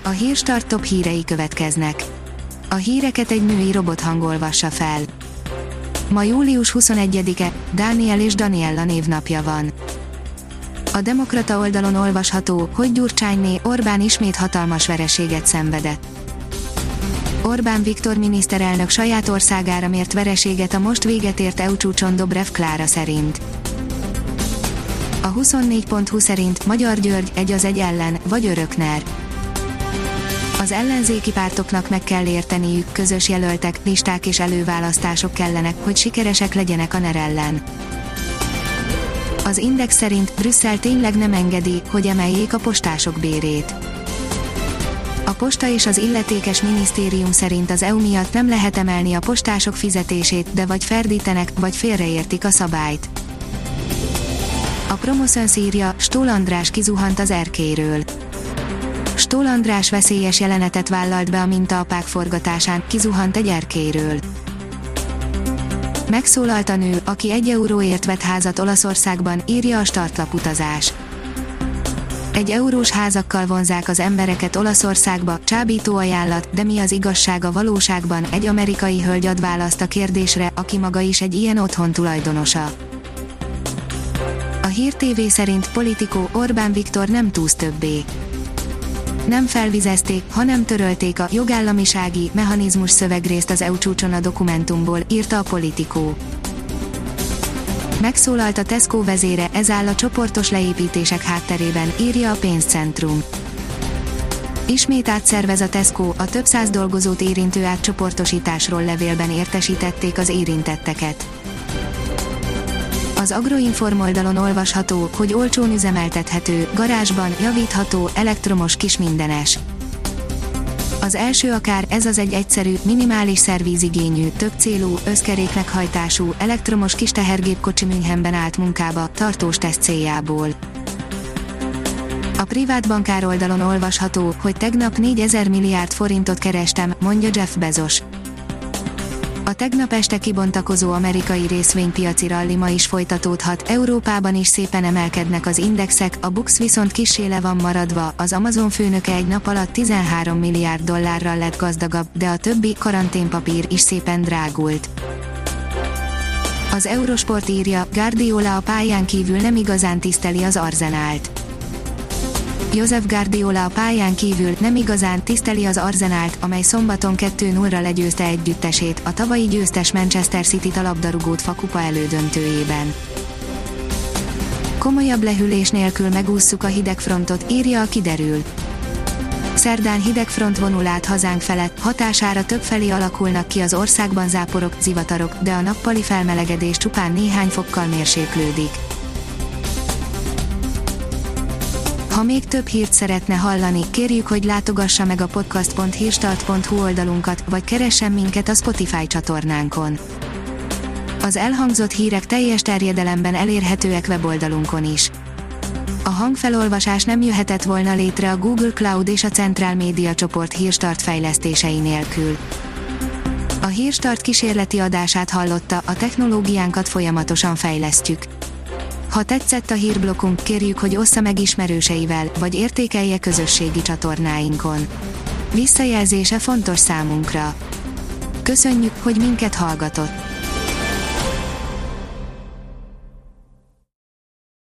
A Hírstart top hírei következnek. A híreket egy női robothang olvassa fel. Ma július 21-e, Dániel és Daniella névnapja van. A Demokrata oldalon olvasható, hogy Gyurcsányné, Orbán ismét hatalmas vereséget szenvedett. Orbán Viktor miniszterelnök saját országára mért vereséget a most véget ért EU csúcson Dobrev Klára szerint. A 24.hu szerint Magyar György 1-1 ellen, vagy örökner. Az ellenzéki pártoknak meg kell érteniük, közös jelöltek, listák és előválasztások kellenek, hogy sikeresek legyenek a NER ellen. Az Index szerint Brüsszel tényleg nem engedi, hogy emeljék a postások bérét. A posta és az illetékes minisztérium szerint az EU miatt nem lehet emelni a postások fizetését, de vagy ferdítenek, vagy félreértik a szabályt. A Promoszöns írja, Stól András kizuhant az erkélyről. Stól András veszélyes jelenetet vállalt be a Mintaapák forgatásán, kizuhant egy erkélyről. Megszólalt a nő, aki 1 euróért vett házat Olaszországban, írja a Startlap utazás. 1 eurós házakkal vonzák az embereket Olaszországba, csábító ajánlat, de mi az igazság a valóságban, egy amerikai hölgy ad választ a kérdésre, aki maga is egy ilyen otthon tulajdonosa. A Hír TV szerint Politico, Orbán Viktor nem túsz többé. Nem felvizezték, hanem törölték a jogállamisági mechanizmus szövegrészt az EU csúcson a dokumentumból, írta a Politico. Megszólalt a Tesco vezére, ez áll a csoportos leépítések hátterében, írja a Pénzcentrum. Ismét átszervez a Tesco, a több száz dolgozót érintő átcsoportosításról levélben értesítették az érintetteket. Az Agroinform oldalon olvasható, hogy olcsón üzemeltethető, garázsban javítható, elektromos kis mindenes. Az első akár ez az egy egyszerű, minimális szervízigényű, többcélú, összkerékmeghajtású, elektromos kis tehergépkocsi Münchenben állt munkába, tartós teszt céljából. A privát bankár oldalon olvasható, hogy tegnap 4000 milliárd forintot kerestem, mondja Jeff Bezos. A tegnap este kibontakozó amerikai részvénypiaci ralli ma is folytatódhat, Európában is szépen emelkednek az indexek, a BUX viszont kissé le van maradva, az Amazon főnöke egy nap alatt 13 milliárd dollárral lett gazdagabb, de a többi karanténpapír is szépen drágult. Az Eurosport írja, Guardiola a pályán kívül nem igazán tiszteli az Arsenált. Josep Guardiola a pályán kívül nem igazán tiszteli az Arsenált, amely szombaton 2-0-ra legyőzte együttesét, a tavalyi győztes Manchester Cityt a labdarúgót FA-kupa elődöntőjében. Komolyabb lehűlés nélkül megússzuk a hidegfrontot, írja a Kiderül. Szerdán hidegfront vonul át hazánk felett, hatására többfelé alakulnak ki az országban záporok, zivatarok, de a nappali felmelegedés csupán néhány fokkal mérséklődik. Ha még több hírt szeretne hallani, kérjük, hogy látogassa meg a podcast.hírstart.hu oldalunkat, vagy keressen minket a Spotify csatornánkon. Az elhangzott hírek teljes terjedelemben elérhetőek weboldalunkon is. A hangfelolvasás nem jöhetett volna létre a Google Cloud és a Central Media csoport Hírstart fejlesztései nélkül. A Hírstart kísérleti adását hallotta, a technológiánkat folyamatosan fejlesztjük. Ha tetszett a hírblokkunk, kérjük, hogy ossza meg ismerőseivel, vagy értékelje közösségi csatornáinkon. Visszajelzése fontos számunkra. Köszönjük, hogy minket hallgatott!